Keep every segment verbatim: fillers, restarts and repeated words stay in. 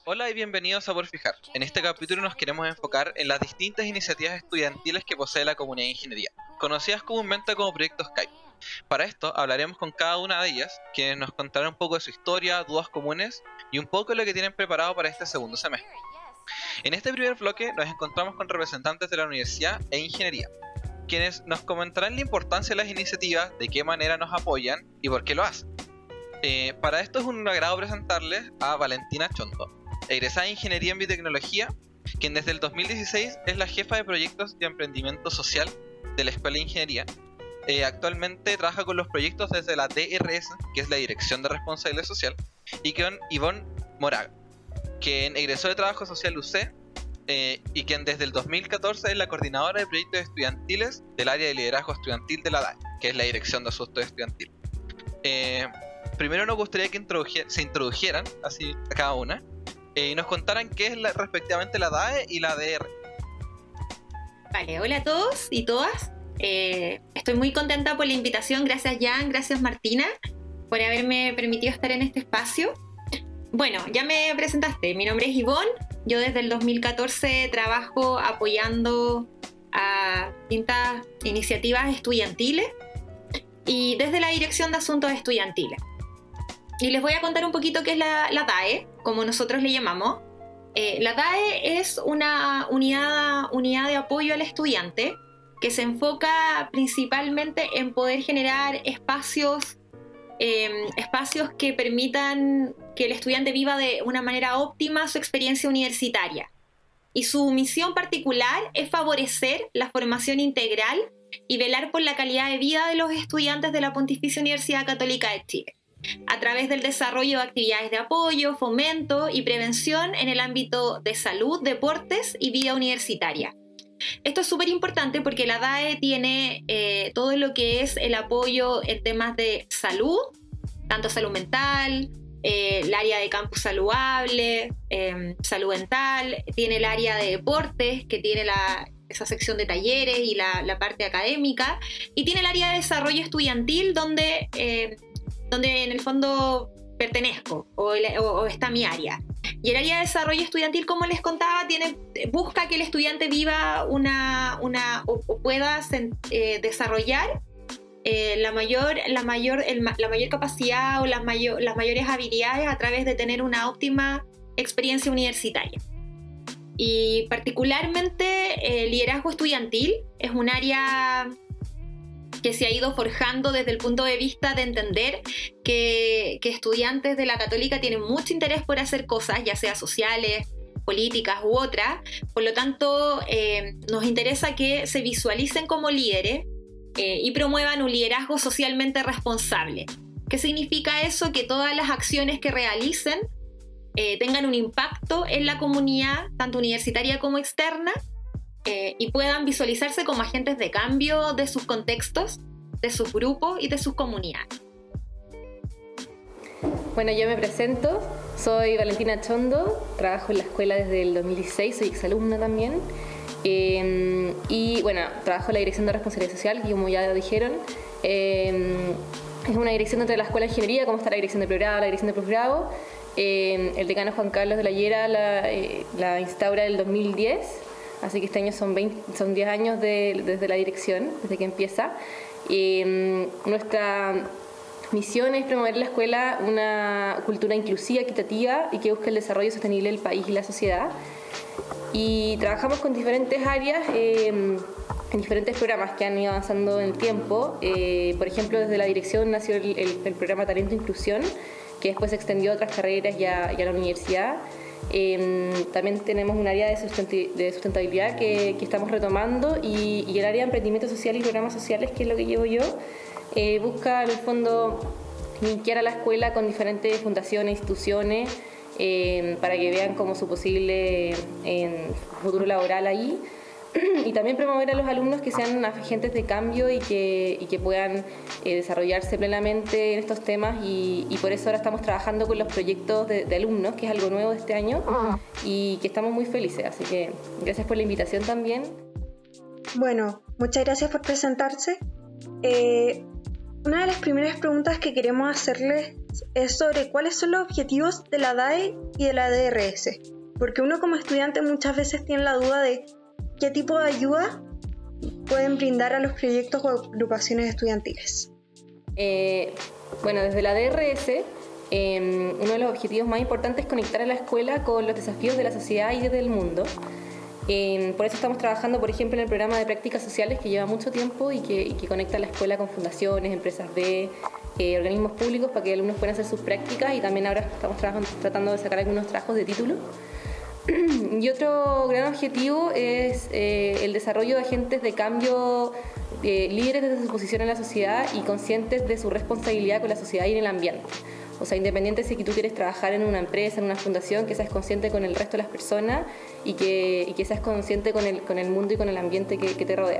Hola y bienvenidos a Por Fijar. En este capítulo nos queremos enfocar en las distintas iniciativas estudiantiles que posee la comunidad de ingeniería, conocidas comúnmente como proyectos Skype. Para esto hablaremos con cada una de ellas, quienes nos contarán un poco de su historia, dudas comunes y un poco de lo que tienen preparado para este segundo semestre. En este primer bloque nos encontramos con representantes de la universidad e ingeniería, quienes nos comentarán la importancia de las iniciativas, de qué manera nos apoyan y por qué lo hacen. Eh, para esto es un agrado presentarles a Valentina Chondo, egresada de Ingeniería en Biotecnología, quien desde el dos mil dieciséis es la jefa de proyectos de emprendimiento social de la Escuela de Ingeniería. Eh, actualmente trabaja con los proyectos desde la D R S, que es la Dirección de Responsabilidad Social, y con Ivonne Moraga, quien egresó de Trabajo Social U C eh, y quien desde el dos mil catorce es la coordinadora de proyectos estudiantiles del área de liderazgo estudiantil de la D A E, que es la Dirección de Asuntos Estudiantiles. Eh, primero nos gustaría que introduj- se introdujeran así a cada una eh, y nos contaran qué es la, respectivamente la D A E y la D R. Vale, hola a todos y todas. Eh, estoy muy contenta por la invitación. Gracias, Jan, gracias, Martina, por haberme permitido estar en este espacio. Bueno, ya me presentaste. Mi nombre es Ivonne. Yo desde el dos mil catorce trabajo apoyando a distintas iniciativas estudiantiles y desde la Dirección de Asuntos Estudiantiles. Y les voy a contar un poquito qué es la, la D A E, como nosotros le llamamos. Eh, la D A E es una unidad, unidad de apoyo al estudiante que se enfoca principalmente en poder generar espacios, eh, espacios que permitan que el estudiante viva de una manera óptima su experiencia universitaria. Y su misión particular es favorecer la formación integral y velar por la calidad de vida de los estudiantes de la Pontificia Universidad Católica de Chile, a través del desarrollo de actividades de apoyo, fomento y prevención en el ámbito de salud, deportes y vida universitaria. Esto es súper importante porque la D A E tiene eh, todo lo que es el apoyo en temas de salud, tanto salud mental, eh, el área de campus saludable, eh, salud mental, tiene el área de deportes, que tiene la, esa sección de talleres y la, la parte académica, y tiene el área de desarrollo estudiantil donde... Eh, donde en el fondo pertenezco o, o, o está mi área. Y el área de desarrollo estudiantil, como les contaba, tiene, busca que el estudiante viva una, una o, o pueda eh, desarrollar eh, la, mayor, la, mayor, el, la mayor capacidad o las, mayor, las mayores habilidades a través de tener una óptima experiencia universitaria. Y particularmente el liderazgo estudiantil es un área que se ha ido forjando desde el punto de vista de entender que, que estudiantes de la Católica tienen mucho interés por hacer cosas, ya sea sociales, políticas u otras. Por lo tanto, eh, nos interesa que se visualicen como líderes eh, y promuevan un liderazgo socialmente responsable. ¿Qué significa eso? Que todas las acciones que realicen eh, tengan un impacto en la comunidad, tanto universitaria como externa, Eh, y puedan visualizarse como agentes de cambio de sus contextos, de sus grupos y de sus comunidades. Bueno, yo me presento, soy Valentina Chondo, trabajo en la escuela desde el dos mil dieciséis, soy exalumna también, eh, y bueno, trabajo en la Dirección de Responsabilidad Social, que como ya dijeron, eh, es una dirección dentro de la Escuela de Ingeniería, como está la Dirección de Pregrado, la Dirección de Posgrado. Eh, el decano Juan Carlos de la Llera la, eh, la instaura en el dos mil diez, así que este año son, veinte, son diez años de, desde la dirección, desde que empieza. Y, um, nuestra misión es promover en la escuela una cultura inclusiva, equitativa y que busque el desarrollo sostenible del país y la sociedad. Y trabajamos con diferentes áreas, eh, en diferentes programas que han ido avanzando en el tiempo. Eh, por ejemplo, desde la dirección nació el, el, el programa Talento e Inclusión, que después se extendió a otras carreras y a, y a la universidad. Eh, también tenemos un área de, sustenti- de sustentabilidad que, que estamos retomando y, y el área de emprendimiento social y programas sociales, que es lo que llevo yo, eh, busca en el fondo linkear a la escuela con diferentes fundaciones, instituciones, eh, para que vean como su posible eh, futuro laboral ahí. Y también promover a los alumnos que sean agentes de cambio y que, y que puedan eh, desarrollarse plenamente en estos temas y, y por eso ahora estamos trabajando con los proyectos de, de alumnos, que es algo nuevo de este año y que estamos muy felices, así que gracias por la invitación también. Bueno, muchas gracias por presentarse. Eh, una de las primeras preguntas que queremos hacerles es sobre cuáles son los objetivos de la D A E y de la D R S, porque uno como estudiante muchas veces tiene la duda de qué tipo de ayuda pueden brindar a los proyectos o agrupaciones estudiantiles. Eh, bueno, desde la D R S, eh, uno de los objetivos más importantes es conectar a la escuela con los desafíos de la sociedad y del mundo. Eh, por eso estamos trabajando, por ejemplo, en el programa de prácticas sociales que lleva mucho tiempo y que, y que conecta a la escuela con fundaciones, empresas B, eh, organismos públicos para que los alumnos puedan hacer sus prácticas, y también ahora estamos trabajando, tratando de sacar algunos trabajos de título. Y otro gran objetivo es eh, el desarrollo de agentes de cambio, eh, líderes desde su posición en la sociedad y conscientes de su responsabilidad con la sociedad y en el ambiente. O sea, independiente si tú quieres trabajar en una empresa, en una fundación, que seas consciente con el resto de las personas y que, y que seas consciente con el, con el mundo y con el ambiente que, que te rodea.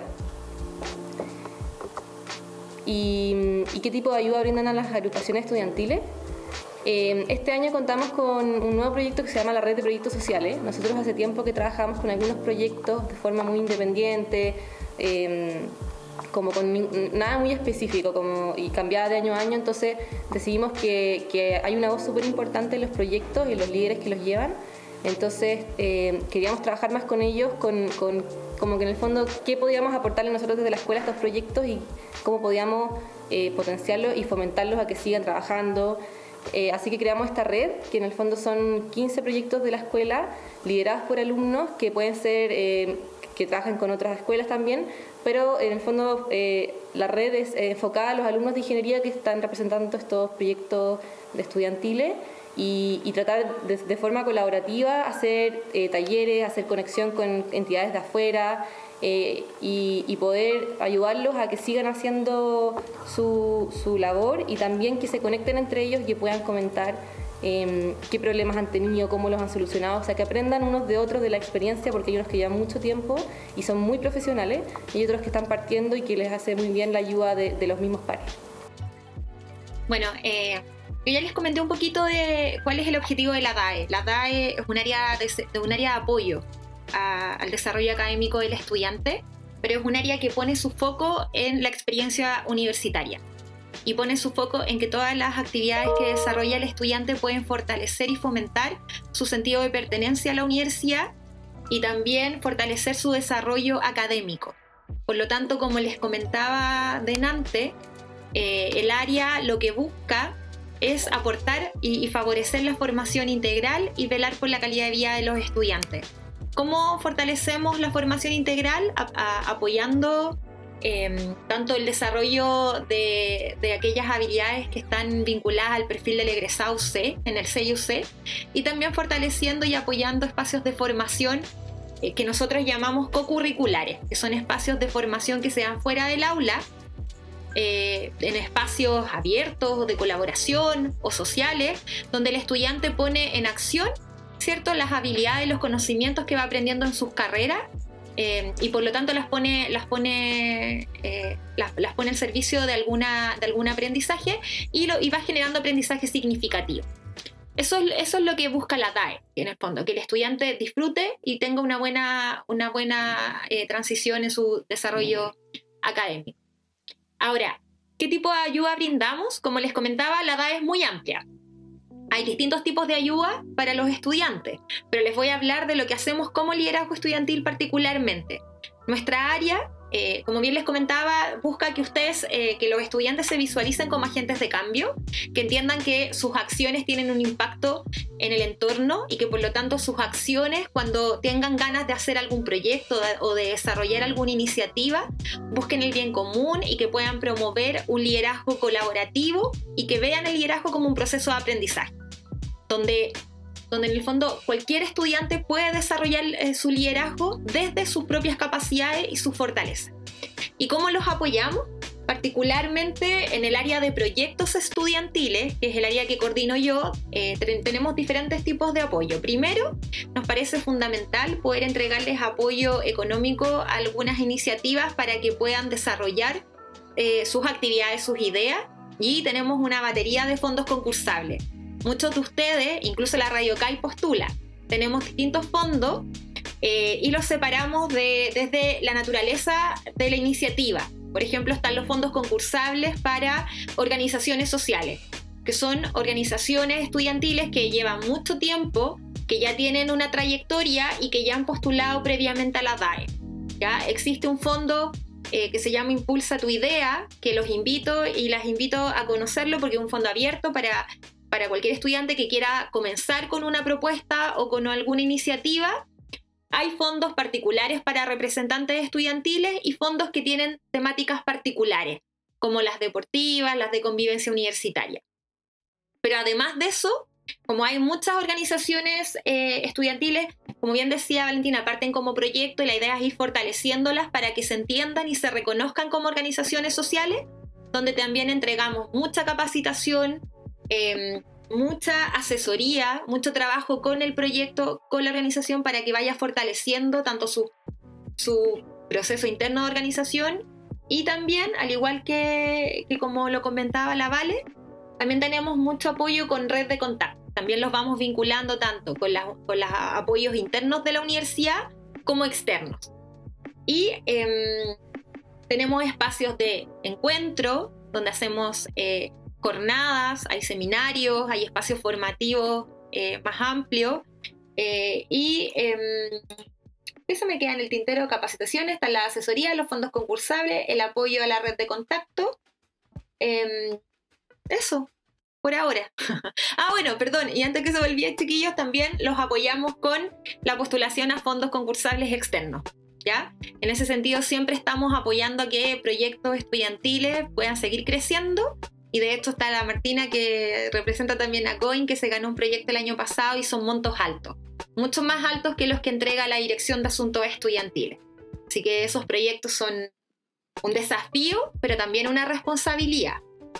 ¿Y, ¿Y qué tipo de ayuda brindan a las agrupaciones estudiantiles? Eh, este año contamos con un nuevo proyecto que se llama la Red de Proyectos Sociales. Nosotros hace tiempo que trabajamos con algunos proyectos de forma muy independiente, eh, como con nada muy específico, como, y cambiaba de año a año. Entonces decidimos que, que hay una voz súper importante en los proyectos y los líderes que los llevan. Entonces eh, queríamos trabajar más con ellos, con, con, como que en el fondo qué podíamos aportarle nosotros desde la escuela a estos proyectos y cómo podíamos eh, potenciarlos y fomentarlos a que sigan trabajando. Eh, así que creamos esta red, que en el fondo son quince proyectos de la escuela, liderados por alumnos que pueden ser, eh, que trabajan con otras escuelas también, pero en el fondo eh, la red es eh, enfocada a los alumnos de ingeniería que están representando estos proyectos de estudiantiles y, y tratar de, de forma colaborativa hacer eh, talleres, hacer conexión con entidades de afuera, Eh, y, y poder ayudarlos a que sigan haciendo su, su labor y también que se conecten entre ellos y que puedan comentar eh, qué problemas han tenido, cómo los han solucionado, o sea, que aprendan unos de otros de la experiencia, porque hay unos que llevan mucho tiempo y son muy profesionales y hay otros que están partiendo y que les hace muy bien la ayuda de, de los mismos pares. Bueno, eh, yo ya les comenté un poquito de cuál es el objetivo de la D A E. La D A E es un área de, un área de apoyo A, al desarrollo académico del estudiante, pero es un área que pone su foco en la experiencia universitaria y pone su foco en que todas las actividades que desarrolla el estudiante pueden fortalecer y fomentar su sentido de pertenencia a la universidad y también fortalecer su desarrollo académico. Por lo tanto, como les comentaba delante, eh, el área lo que busca es aportar y, y favorecer la formación integral y velar por la calidad de vida de los estudiantes. ¿Cómo fortalecemos la formación integral? A, a, apoyando eh, tanto el desarrollo de, de aquellas habilidades que están vinculadas al perfil del egresado C, en el C I U C, y también fortaleciendo y apoyando espacios de formación eh, que nosotros llamamos cocurriculares, que son espacios de formación que se dan fuera del aula, eh, en espacios abiertos de colaboración o sociales, donde el estudiante pone en acción, ¿cierto?, las habilidades y los conocimientos que va aprendiendo en sus carreras eh, y por lo tanto las pone, las pone, eh, las, las pone al servicio de, alguna, de algún aprendizaje y, lo, y va generando aprendizaje significativo. Eso, eso es lo que busca la D A E, en el fondo, que el estudiante disfrute y tenga una buena, una buena eh, transición en su desarrollo académico. Ahora, ¿qué tipo de ayuda brindamos? Como les comentaba, la D A E es muy amplia. Hay distintos tipos de ayuda para los estudiantes, pero les voy a hablar de lo que hacemos como liderazgo estudiantil particularmente. Nuestra área, eh, como bien les comentaba, busca que ustedes, eh, que los estudiantes se visualicen como agentes de cambio, que entiendan que sus acciones tienen un impacto en el entorno y que por lo tanto sus acciones, cuando tengan ganas de hacer algún proyecto o de desarrollar alguna iniciativa, busquen el bien común y que puedan promover un liderazgo colaborativo y que vean el liderazgo como un proceso de aprendizaje. Donde, donde en el fondo cualquier estudiante puede desarrollar eh, su liderazgo desde sus propias capacidades y sus fortalezas. ¿Y cómo los apoyamos? Particularmente en el área de proyectos estudiantiles, que es el área que coordino yo, eh, tenemos diferentes tipos de apoyo. Primero, nos parece fundamental poder entregarles apoyo económico a algunas iniciativas para que puedan desarrollar eh, sus actividades, sus ideas, y tenemos una batería de fondos concursables. Muchos de ustedes, incluso la Radio C A I postula. Tenemos distintos fondos eh, y los separamos de, desde la naturaleza de la iniciativa. Por ejemplo, están los fondos concursables para organizaciones sociales. que son organizaciones estudiantiles que llevan mucho tiempo, que ya tienen una trayectoria y que ya han postulado previamente a la D A E. ¿Ya? Existe un fondo eh, que se llama Impulsa tu Idea, que los invito y las invito a conocerlo porque es un fondo abierto para, para cualquier estudiante que quiera comenzar con una propuesta o con alguna iniciativa. Hay fondos particulares para representantes estudiantiles y fondos que tienen temáticas particulares, como las deportivas, las de convivencia universitaria. Pero además de eso, como hay muchas organizaciones eh, estudiantiles, como bien decía Valentina, parten como proyecto y la idea es ir fortaleciéndolas para que se entiendan y se reconozcan como organizaciones sociales, donde también entregamos mucha capacitación, eh, mucha asesoría, mucho trabajo con el proyecto, con la organización, para que vaya fortaleciendo tanto su, su proceso interno de organización y también, al igual que, que como lo comentaba la Vale, también tenemos mucho apoyo con red de contacto. También los vamos vinculando tanto con, la, con los apoyos internos de la universidad como externos. Y eh, tenemos espacios de encuentro donde hacemos eh, jornadas, hay seminarios, hay espacios formativos eh, más amplios. Eh, y eh, eso me queda en el tintero: capacitaciones, está la asesoría, los fondos concursables, el apoyo a la red de contacto. Eh, Eso, por ahora. Ah, bueno, perdón, y antes que se me olvide, chiquillos, también los apoyamos con la postulación a fondos concursables externos, ¿ya? En ese sentido, siempre estamos apoyando a que proyectos estudiantiles puedan seguir creciendo, y de hecho está la Martina, que representa también a Coin, que se ganó un proyecto el año pasado y son montos altos, mucho más altos que los que entrega la Dirección de Asuntos Estudiantiles. Así que esos proyectos son un desafío, pero también una responsabilidad.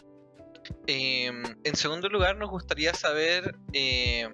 Eh, en segundo lugar, nos gustaría saber eh,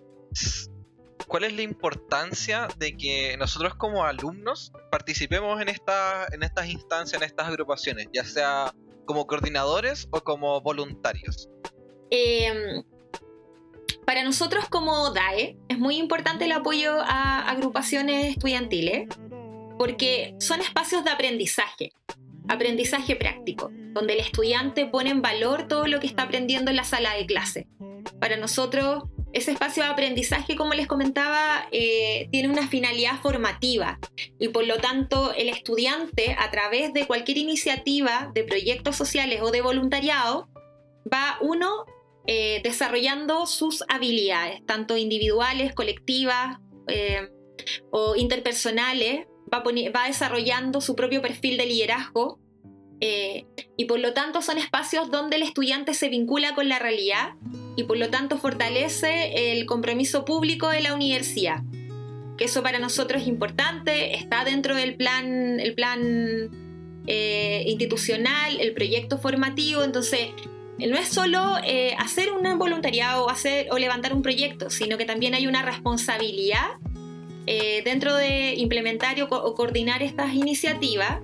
cuál es la importancia de que nosotros como alumnos participemos en, esta, en estas instancias, en estas agrupaciones, ya sea como coordinadores o como voluntarios. Eh, para nosotros como D A E es muy importante el apoyo a agrupaciones estudiantiles, porque son espacios de aprendizaje. Aprendizaje práctico, donde el estudiante pone en valor todo lo que está aprendiendo en la sala de clase. Para nosotros, ese espacio de aprendizaje, como les comentaba, eh, tiene una finalidad formativa, y por lo tanto el estudiante, a través de cualquier iniciativa de proyectos sociales o de voluntariado, va uno eh, desarrollando sus habilidades, tanto individuales, colectivas eh, o interpersonales. Va, poni- va desarrollando su propio perfil de liderazgo, eh, y por lo tanto son espacios donde el estudiante se vincula con la realidad y por lo tanto fortalece el compromiso público de la universidad, que eso para nosotros es importante, está dentro del plan, el plan eh, institucional, el proyecto formativo. Entonces no es solo eh, hacer un voluntariado o, hacer, o levantar un proyecto, sino que también hay una responsabilidad Eh, dentro de implementar o, co- o coordinar estas iniciativas,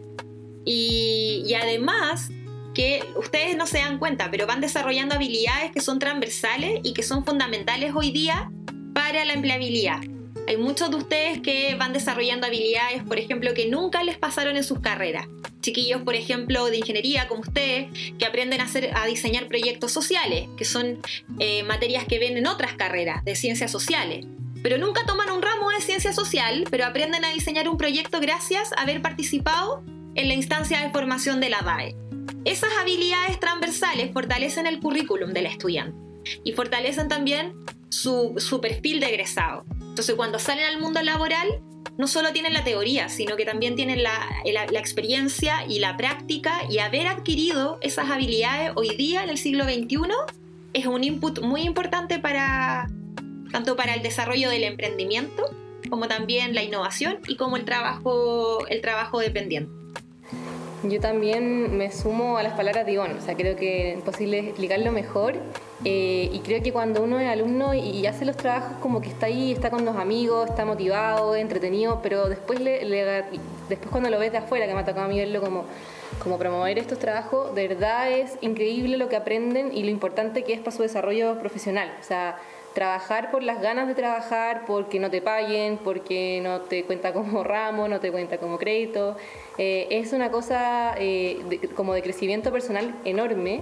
y, y además que ustedes no se dan cuenta, pero van desarrollando habilidades que son transversales y que son fundamentales hoy día para la empleabilidad. Hay muchos de ustedes que van desarrollando habilidades, por ejemplo, que nunca les pasaron en sus carreras. Chiquillos, por ejemplo, de ingeniería, como ustedes, que aprenden a, hacer, a diseñar proyectos sociales, que son eh, materias que ven en otras carreras de ciencias sociales, pero nunca toman un ramo de ciencia social, pero aprenden a diseñar un proyecto gracias a haber participado en la instancia de formación de la D A E. Esas habilidades transversales fortalecen el currículum del estudiante y fortalecen también su, su perfil de egresado. Entonces, cuando salen al mundo laboral, no solo tienen la teoría, sino que también tienen la, la, la experiencia y la práctica, y haber adquirido esas habilidades hoy día, en el siglo veintiuno, es un input muy importante para... tanto para el desarrollo del emprendimiento, como también la innovación y como el trabajo, el trabajo dependiente. Yo también me sumo a las palabras de Ivonne, o sea, creo que es posible explicarlo mejor, eh, y creo que cuando uno es alumno y hace los trabajos, como que está ahí, está con los amigos, está motivado, entretenido, pero después, le, le, después cuando lo ves de afuera, que me ha tocado a mí verlo como, como promover estos trabajos, de verdad es increíble lo que aprenden y lo importante que es para su desarrollo profesional. O sea, trabajar por las ganas de trabajar, porque no te paguen, porque no te cuenta como ramo, no te cuenta como crédito. Eh, es una cosa eh, de, como de crecimiento personal enorme,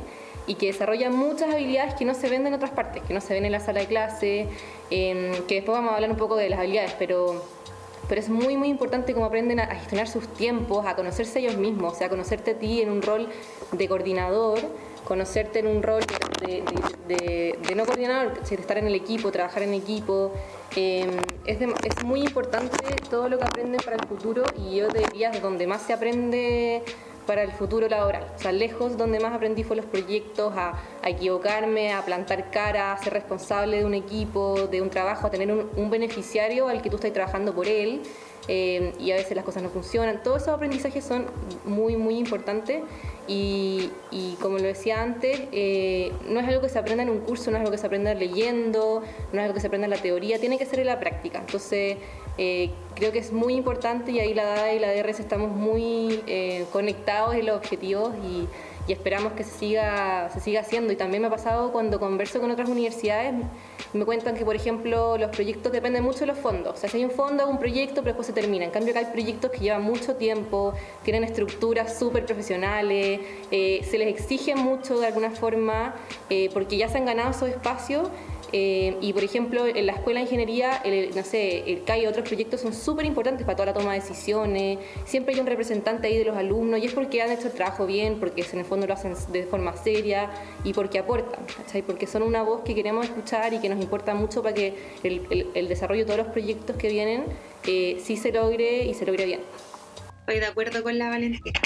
y que desarrollan muchas habilidades que no se ven en otras partes, que no se ven en la sala de clase, eh, que después vamos a hablar un poco de las habilidades, pero, pero es muy muy importante cómo aprenden a, a gestionar sus tiempos, a conocerse ellos mismos, o sea, a conocerte a ti en un rol de coordinador, conocerte en un rol de, de, de, de no coordinador, de estar en el equipo, trabajar en equipo. Eh, es, de, es muy importante todo lo que aprenden para el futuro, y yo te diría de donde más se aprende para el futuro laboral. O sea, lejos donde más aprendí fue los proyectos, a, a equivocarme, a plantar cara, a ser responsable de un equipo, de un trabajo, a tener un, un beneficiario al que tú estás trabajando por él. Eh, y a veces las cosas no funcionan. Todos esos aprendizajes son muy, muy importantes, y, y como lo decía antes, eh, no es algo que se aprenda en un curso, no es algo que se aprenda leyendo, no es algo que se aprenda en la teoría, tiene que ser en la práctica. Entonces, eh, creo que es muy importante, y ahí la D A E y la D R S estamos muy eh, conectados en los objetivos, y, y esperamos que se siga, se siga haciendo. Y también me ha pasado cuando converso con otras universidades, me cuentan que, por ejemplo, los proyectos dependen mucho de los fondos. O sea, si hay un fondo, hay un proyecto, pero después se termina. En cambio, acá hay proyectos que llevan mucho tiempo, tienen estructuras súper profesionales, eh, se les exige mucho de alguna forma, eh, porque ya se han ganado esos espacios. Eh, y por ejemplo, en la escuela de ingeniería, el, no sé, el C A I y otros proyectos son súper importantes para toda la toma de decisiones. Siempre hay un representante ahí de los alumnos, y es porque han hecho el trabajo bien, porque en el fondo lo hacen de forma seria y porque aportan, ¿cachai? Porque son una voz que queremos escuchar y que nos importa mucho para que el, el, el desarrollo de todos los proyectos que vienen eh, sí se logre y se logre bien. Estoy de acuerdo con la Valentina.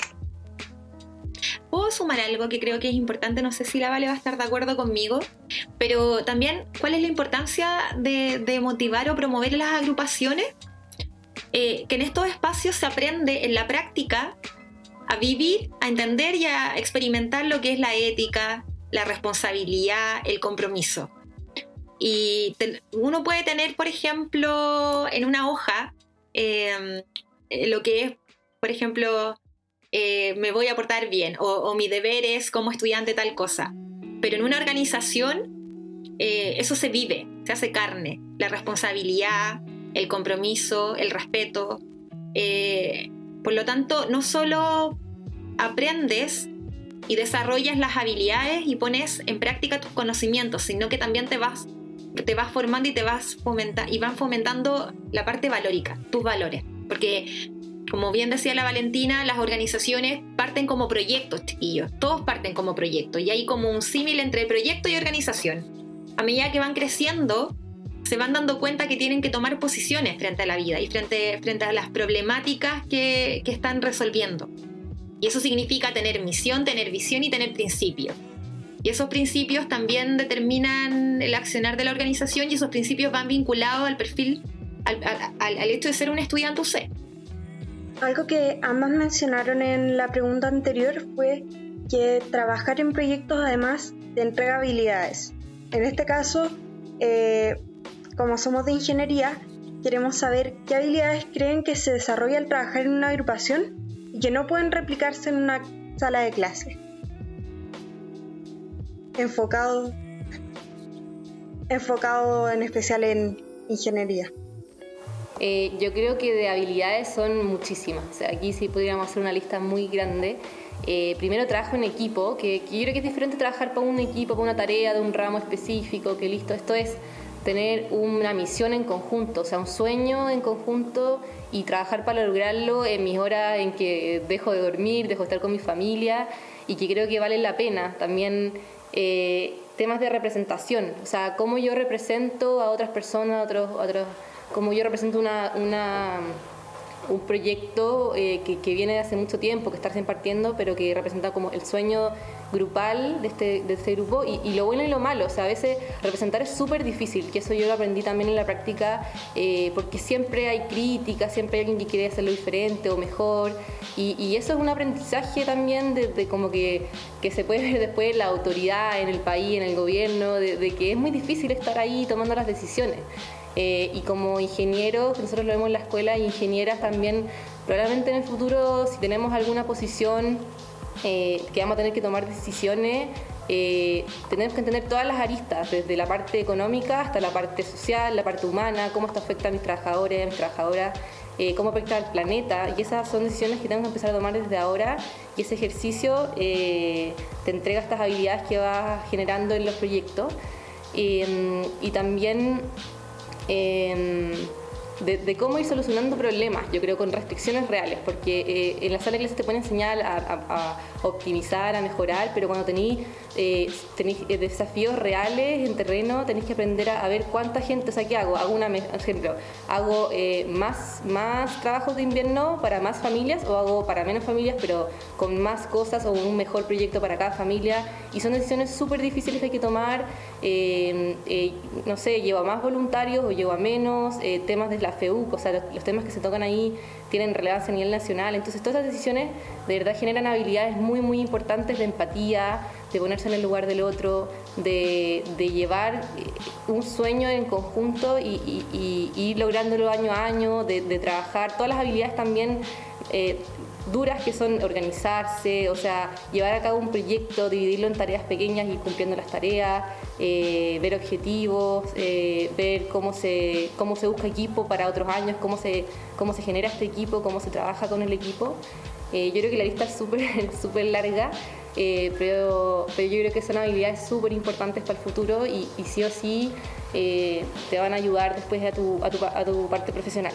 ¿Puedo sumar algo que creo que es importante? No sé si la Vale va a estar de acuerdo conmigo, pero también, ¿cuál es la importancia de, de motivar o promover las agrupaciones? Eh, que en estos espacios se aprende en la práctica a vivir, a entender y a experimentar lo que es la ética, la responsabilidad, el compromiso. Y te, uno puede tener, por ejemplo, en una hoja, eh, lo que es, por ejemplo... Eh, me voy a portar bien, o, o mi deber es como estudiante tal cosa, pero en una organización eh, eso se vive, se hace carne, la responsabilidad, el compromiso, el respeto. Eh, por lo tanto, no solo aprendes y desarrollas las habilidades y pones en práctica tus conocimientos, sino que también te vas, te vas formando y te vas fomenta- y van fomentando la parte valórica, tus valores, porque como bien decía la Valentina, las organizaciones parten como proyectos, chiquillos. Todos parten como proyectos. Y hay como un símil entre proyecto y organización. A medida que van creciendo, se van dando cuenta que tienen que tomar posiciones frente a la vida y frente, frente a las problemáticas que, que están resolviendo. Y eso significa tener misión, tener visión y tener principios. Y esos principios también determinan el accionar de la organización, y esos principios van vinculados al perfil, al, al, al hecho de ser un estudiante U C. Algo que ambas mencionaron en la pregunta anterior fue que trabajar en proyectos además te entrega habilidades. En este caso, eh, como somos de ingeniería, queremos saber qué habilidades creen que se desarrolla al trabajar en una agrupación y que no pueden replicarse en una sala de clase. Enfocado, enfocado en especial en ingeniería. Eh, yo creo que de habilidades son muchísimas. O sea, aquí sí podríamos hacer una lista muy grande. Eh, primero, trabajo en equipo, que, que yo creo que es diferente trabajar para un equipo, para una tarea de un ramo específico, que listo, esto es tener una misión en conjunto, o sea, un sueño en conjunto, y trabajar para lograrlo en mis horas en que dejo de dormir, dejo de estar con mi familia, y que creo que vale la pena. También eh, temas de representación, o sea, cómo yo represento a otras personas, a otros... A otros como yo represento una, una, un proyecto eh, que, que viene de hace mucho tiempo, que está recién partiendo, pero que representa como el sueño grupal de este, de este grupo, y, y lo bueno y lo malo. O sea, a veces representar es súper difícil, que eso yo lo aprendí también en la práctica, eh, porque siempre hay críticas, siempre hay alguien que quiere hacerlo diferente o mejor, y, y eso es un aprendizaje también de, de como que, que se puede ver después en la autoridad, en el país, en el gobierno, de, de que es muy difícil estar ahí tomando las decisiones. Eh, y como ingenieros, nosotros lo vemos en la escuela, y ingenieras también, probablemente en el futuro, si tenemos alguna posición eh, que vamos a tener que tomar decisiones, eh, tenemos que entender todas las aristas, desde la parte económica hasta la parte social, la parte humana, cómo esto afecta a mis trabajadores, a mis trabajadoras. eh, cómo afecta al planeta, y esas son decisiones que tengo que empezar a tomar desde ahora, y ese ejercicio eh, te entrega estas habilidades que vas generando en los proyectos. Eh, y también eh, de, de cómo ir solucionando problemas, yo creo, con restricciones reales, porque eh, en la sala de clases te pueden enseñar a, a, a optimizar, a mejorar, pero cuando tenéis eh, desafíos reales en terreno, tenéis que aprender a, a ver cuánta gente, o sea, ¿qué hago? Hago una, por ejemplo, hago eh, más, más trabajos de invierno para más familias, o hago para menos familias, pero con más cosas, o un mejor proyecto para cada familia, y son decisiones súper difíciles que hay que tomar. Eh, eh, no sé, llevo a más voluntarios o llevo a menos, eh, temas de la F E U C, o sea, los, los temas que se tocan ahí tienen relevancia a nivel nacional, entonces todas esas decisiones de verdad generan habilidades muy muy importantes de empatía, de ponerse en el lugar del otro, de, de llevar un sueño en conjunto y, y, y, y ir lográndolo año a año, de, de trabajar todas las habilidades también eh, duras que son organizarse, o sea, llevar a cabo un proyecto, dividirlo en tareas pequeñas y ir cumpliendo las tareas, eh, ver objetivos, eh, ver cómo se, cómo se busca equipo para otros años, cómo se, cómo se genera este equipo, cómo se trabaja con el equipo. Eh, yo creo que la lista es súper súper larga, eh, pero, pero yo creo que son habilidades súper importantes para el futuro y, y sí o sí eh, te van a ayudar después a tu, a tu, a tu parte profesional.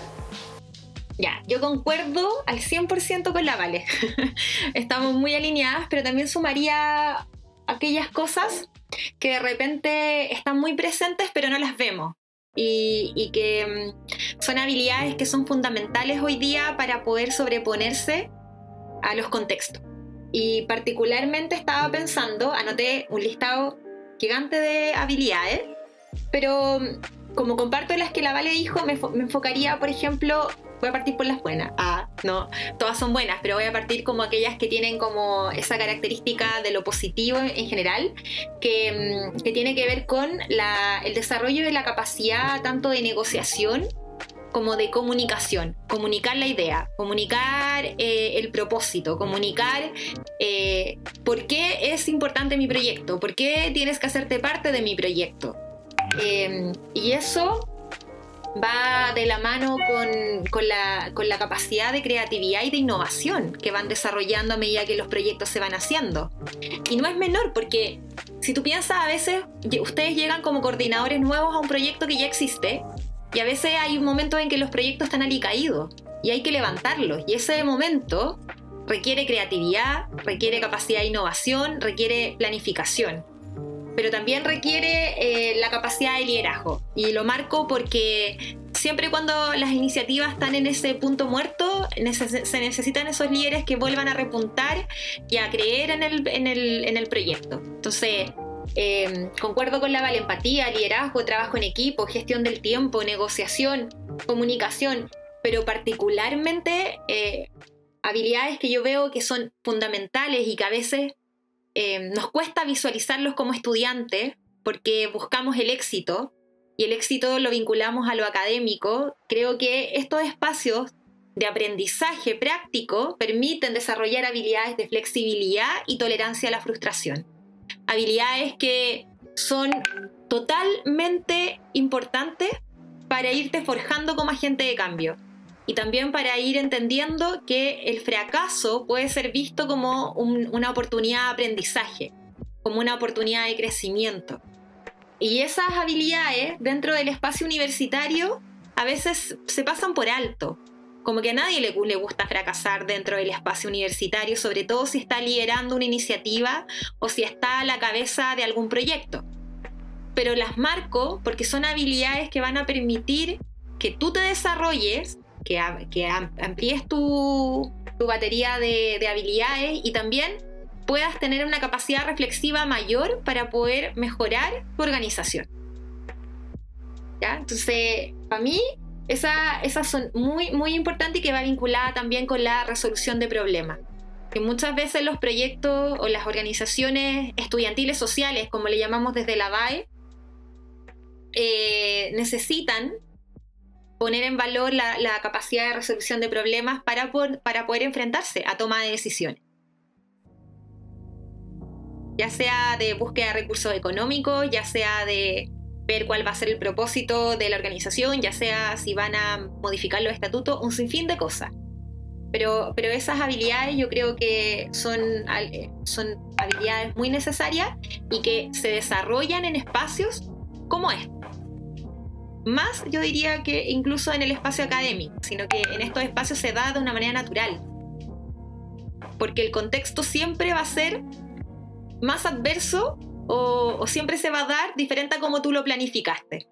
Ya, yo concuerdo al cien por ciento con la Vale. Estamos muy alineadas, pero también sumaría aquellas cosas que de repente están muy presentes pero no las vemos. Y, y que um, son habilidades que son fundamentales hoy día para poder sobreponerse a los contextos. Y particularmente estaba pensando, anoté un listado gigante de habilidades, pero como comparto las que la Vale dijo, me, me enfocaría, por ejemplo, voy a partir por las buenas. Ah, no, todas son buenas, pero voy a partir como aquellas que tienen como esa característica de lo positivo en general, que, que tiene que ver con la, el desarrollo de la capacidad tanto de negociación como de comunicación, comunicar la idea, comunicar eh, el propósito, comunicar eh, por qué es importante mi proyecto, por qué tienes que hacerte parte de mi proyecto. Eh, y eso va de la mano con, con, la, con la capacidad de creatividad y de innovación que van desarrollando a medida que los proyectos se van haciendo. Y no es menor, porque si tú piensas, a veces ustedes llegan como coordinadores nuevos a un proyecto que ya existe, y a veces hay un momento en que los proyectos están alicaídos y hay que levantarlos, y ese momento requiere creatividad, requiere capacidad de innovación, requiere planificación, pero también requiere eh, la capacidad de liderazgo. Y lo marco porque siempre cuando las iniciativas están en ese punto muerto, neces- se necesitan esos líderes que vuelvan a repuntar y a creer en el, en el, en el proyecto. Entonces, eh, concuerdo con la Vale: empatía, liderazgo, trabajo en equipo, gestión del tiempo, negociación, comunicación, pero particularmente eh, habilidades que yo veo que son fundamentales y que a veces Eh, nos cuesta visualizarlos como estudiantes porque buscamos el éxito y el éxito lo vinculamos a lo académico. Creo que estos espacios de aprendizaje práctico permiten desarrollar habilidades de flexibilidad y tolerancia a la frustración. Habilidades que son totalmente importantes para irte forjando como agente de cambio. Y también para ir entendiendo que el fracaso puede ser visto como un, una oportunidad de aprendizaje, como una oportunidad de crecimiento. Y esas habilidades dentro del espacio universitario a veces se pasan por alto. Como que a nadie le, le gusta fracasar dentro del espacio universitario, sobre todo si está liderando una iniciativa o si está a la cabeza de algún proyecto. Pero las marco porque son habilidades que van a permitir que tú te desarrolles, que, que amplíes tu, tu batería de, de habilidades y también puedas tener una capacidad reflexiva mayor para poder mejorar tu organización. ¿Ya? Entonces, para mí, esa, esas son muy, muy importantes y que va vinculada también con la resolución de problemas. Que muchas veces los proyectos o las organizaciones estudiantiles sociales, como le llamamos desde la V A E, eh, necesitan poner en valor la, la capacidad de resolución de problemas para, por, para poder enfrentarse a toma de decisiones. Ya sea de búsqueda de recursos económicos, ya sea de, ver cuál va a ser el propósito de la organización, ya sea si van a modificar los estatutos, un sinfín de cosas. Pero, pero esas habilidades yo creo que son, son habilidades muy necesarias y que se desarrollan en espacios como este. Más yo diría que incluso en el espacio académico, sino que en estos espacios se da de una manera natural. Porque el contexto siempre va a ser más adverso o, o siempre se va a dar diferente a como tú lo planificaste.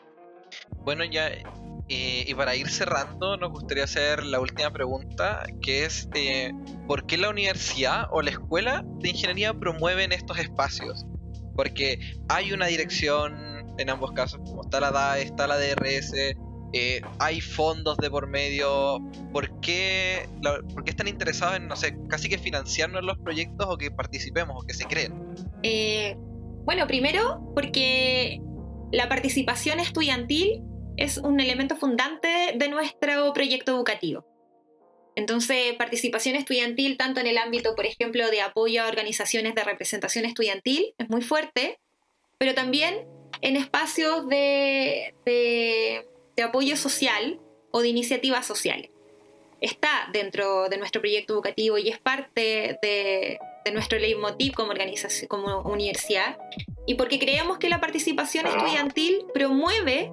Bueno, ya, eh, y para ir cerrando, nos gustaría hacer la última pregunta, que es eh, ¿por qué la universidad o la escuela de ingeniería promueven estos espacios? Porque hay una dirección en ambos casos, como está la D A E, está la D R S, eh, hay fondos de por medio. ¿Por qué, la, ¿Por qué están interesados en, no sé, casi que financiarnos en los proyectos o que participemos o que se creen? Eh, bueno, primero porque la participación estudiantil es un elemento fundante de nuestro proyecto educativo. Entonces, participación estudiantil tanto en el ámbito, por ejemplo, de apoyo a organizaciones de representación estudiantil es muy fuerte, pero también en espacios de, de, de apoyo social o de iniciativas sociales. Está dentro de nuestro proyecto educativo y es parte de, de nuestro leitmotiv como organización, como universidad, y porque creemos que la participación estudiantil promueve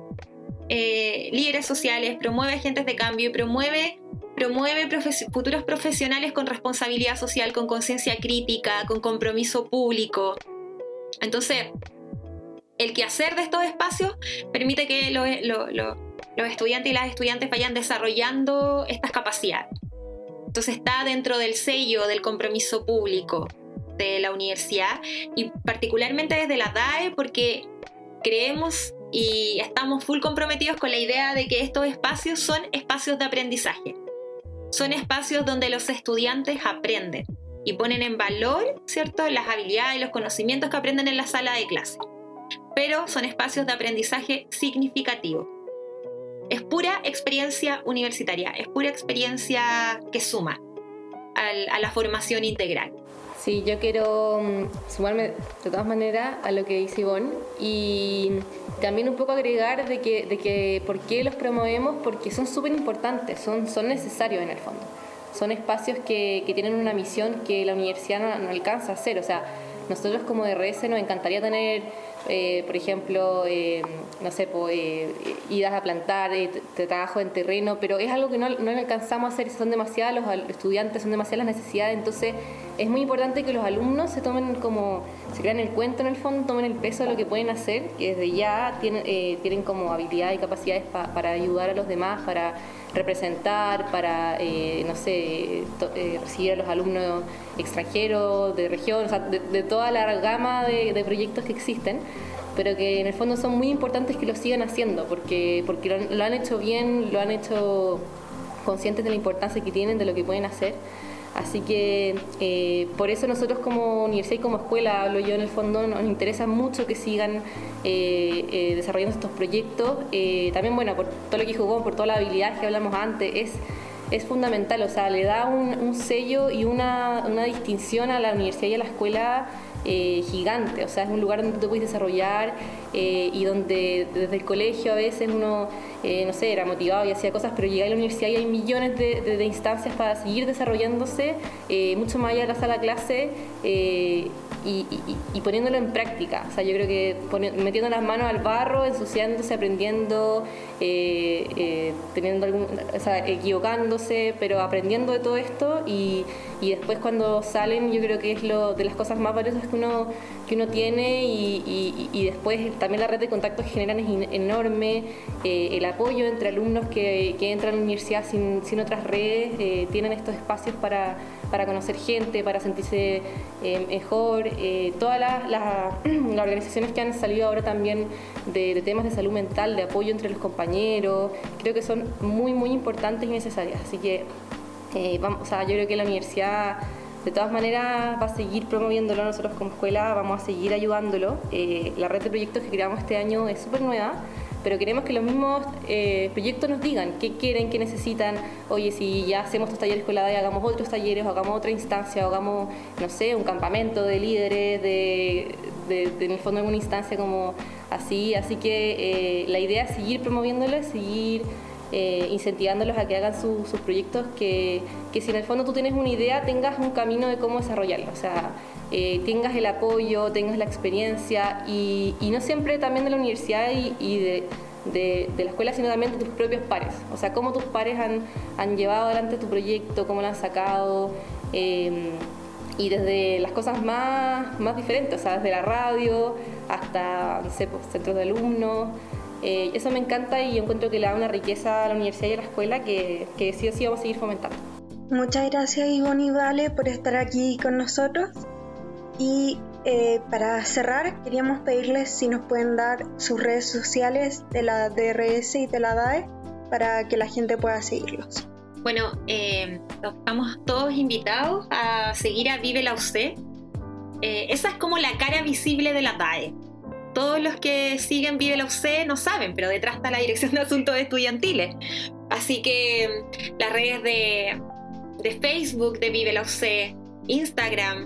eh, líderes sociales, promueve agentes de cambio y promueve, promueve profe- futuros profesionales con responsabilidad social, con conciencia crítica, con compromiso público. Entonces, el quehacer de estos espacios permite que lo, lo, lo, los estudiantes y las estudiantes vayan desarrollando estas capacidades. Entonces está dentro del sello del compromiso público de la universidad y particularmente desde la D A E porque creemos y estamos full comprometidos con la idea de que estos espacios son espacios de aprendizaje. Son espacios donde los estudiantes aprenden y ponen en valor, ¿cierto?, las habilidades y los conocimientos que aprenden en la sala de clase. Pero son espacios de aprendizaje significativo. Es pura experiencia universitaria, es pura experiencia que suma al, a la formación integral. Sí, yo quiero um, sumarme de todas maneras a lo que dice Ivonne y también un poco agregar de que, de que por qué los promovemos, porque son súper importantes, son, son necesarios en el fondo. Son espacios que, que tienen una misión que la universidad no, no alcanza a hacer. O sea, nosotros como D R S nos encantaría tener, eh, por ejemplo, eh, no sé, pues, eh, idas a plantar, eh, de trabajo en terreno, pero es algo que no, no alcanzamos a hacer, son demasiadas, los estudiantes son demasiadas las necesidades, entonces es muy importante que los alumnos se tomen como, se crean el cuento en el fondo, tomen el peso de lo que pueden hacer, que desde ya tienen, eh, tienen como habilidad y capacidades pa, para ayudar a los demás, para representar, para, eh, no sé, to, eh, recibir a los alumnos extranjeros, de región, o sea, de, de toda la gama de, de proyectos que existen, pero que en el fondo son muy importantes que lo sigan haciendo, porque, porque lo, lo han hecho bien, lo han hecho conscientes de la importancia que tienen, de lo que pueden hacer. Así que eh, por eso nosotros como universidad y como escuela, hablo yo en el fondo, nos interesa mucho que sigan eh, eh, desarrollando estos proyectos. Eh, también, bueno, por todo lo que dijo, por toda la habilidad que hablamos antes, es, es fundamental, o sea, le da un, un sello y una, una distinción a la universidad y a la escuela eh, gigante. O sea, es un lugar donde tú puedes desarrollar eh, y donde desde el colegio a veces uno, eh, no sé, era motivado y hacía cosas, pero llega a la universidad y hay millones de, de, de instancias para seguir desarrollándose, eh, mucho más allá de la sala de clase, eh, y, y, y poniéndolo en práctica. O sea, yo creo que poni- metiendo las manos al barro, ensuciándose, aprendiendo, eh, eh, teniendo algún, o sea, equivocándose, pero aprendiendo de todo esto y, y después cuando salen, yo creo que es lo de las cosas más valiosas que uno, que uno tiene y, y, y después también la red de contactos que generan es in, enorme, eh, el apoyo entre alumnos que, que entran a la universidad sin, sin otras redes, eh, tienen estos espacios para, para conocer gente, para sentirse eh, mejor, eh, todas las, las, las organizaciones que han salido ahora también de, de temas de salud mental, de apoyo entre los compañeros, creo que son muy muy importantes y necesarias, así que eh, vamos, o sea, yo creo que la universidad de todas maneras va a seguir promoviéndolo, nosotros como escuela vamos a seguir ayudándolo. Eh, la red de proyectos que creamos este año es súper nueva, pero queremos que los mismos eh, proyectos nos digan qué quieren, qué necesitan. Oye, si ya hacemos estos talleres con la D A E, hagamos otros talleres, o hagamos otra instancia, o hagamos, no sé, un campamento de líderes, de, de, de en el fondo alguna instancia como así, así que eh, la idea es seguir promoviéndolos, seguir eh, incentivándolos a que hagan su, sus proyectos, que, que si en el fondo tú tienes una idea, tengas un camino de cómo desarrollarlo, o sea, eh, tengas el apoyo, tengas la experiencia y, y no siempre también de la universidad y, y de, de, de la escuela, sino también de tus propios pares, o sea, cómo tus pares han, han llevado adelante tu proyecto, cómo lo han sacado, eh, y desde las cosas más, más diferentes, o sea, desde la radio hasta, no sé, pues, centros de alumnos. Eh, eso me encanta y yo encuentro que le da una riqueza a la universidad y a la escuela que, que sí o sí vamos a seguir fomentando. Muchas gracias, Ivonne y Vale, por estar aquí con nosotros. Y eh, para cerrar, queríamos pedirles si nos pueden dar sus redes sociales de la D R S y de la D A E para que la gente pueda seguirlos. Bueno, eh, estamos todos invitados a seguir a Vive la U C. Eh, esa es como la cara visible de la D A E. Todos los que siguen Vive la U C no saben, pero detrás está la Dirección de Asuntos Estudiantiles. Así que las redes de, de Facebook de Vive la U C, Instagram,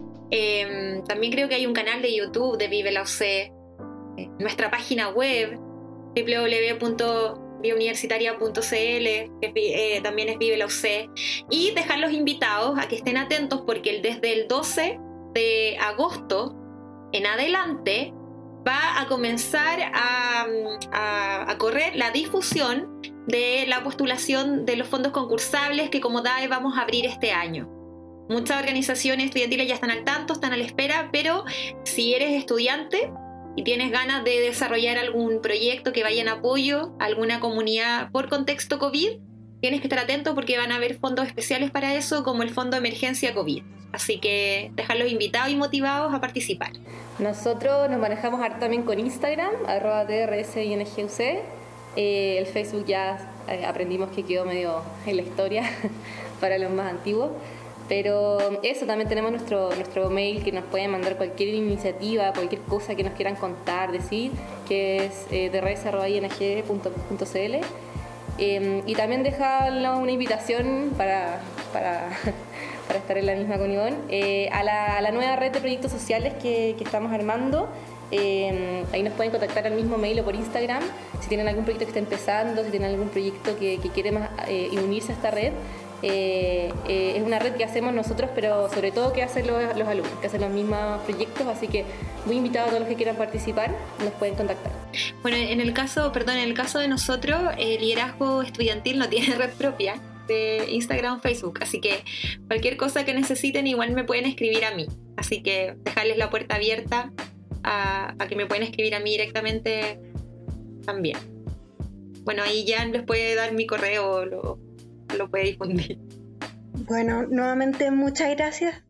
eh, también creo que hay un canal de YouTube de Vive la U C, eh, nuestra página web doble u doble u doble u punto biuniversitaria punto c l, que eh, también es Vive la U C, y dejarlos invitados a que estén atentos porque desde el doce de agosto en adelante va a comenzar a, a, a correr la difusión de la postulación de los fondos concursables que como D A E vamos a abrir este año. Muchas organizaciones estudiantiles ya están al tanto, están a la espera, pero si eres estudiante y tienes ganas de desarrollar algún proyecto que vaya en apoyo a alguna comunidad por contexto COVID, tienes que estar atento porque van a haber fondos especiales para eso, como el Fondo de Emergencia COVID. Así que dejarlos invitados y motivados a participar. Nosotros nos manejamos también con Instagram, arroba D R S I N G U C. Eh, el Facebook ya eh, aprendimos que quedó medio en la historia para los más antiguos. Pero eso, también tenemos nuestro, nuestro mail que nos pueden mandar cualquier iniciativa, cualquier cosa que nos quieran contar, decir, que es eh, d r s arroba i n g punto c l. Eh, y también dejarnos una invitación para, para, para estar en la misma con Ivonne, eh, a, la, a la nueva red de proyectos sociales que, que estamos armando. Eh, ahí nos pueden contactar al mismo mail o por Instagram si tienen algún proyecto que está empezando, si tienen algún proyecto que, que quiere más, eh, unirse a esta red. Eh, eh, es una red que hacemos nosotros, pero sobre todo que hacen los, los alumnos, que hacen los mismos proyectos, así que muy invitados a todos los que quieran participar, nos pueden contactar. Bueno, en el caso, perdón, en el caso de nosotros, el liderazgo estudiantil no tiene red propia de Instagram o Facebook, así que cualquier cosa que necesiten igual me pueden escribir a mí, así que dejarles la puerta abierta a, a que me pueden escribir a mí directamente también. Bueno, ahí Jan les puede dar mi correo, lo, lo puede difundir. Bueno, nuevamente muchas gracias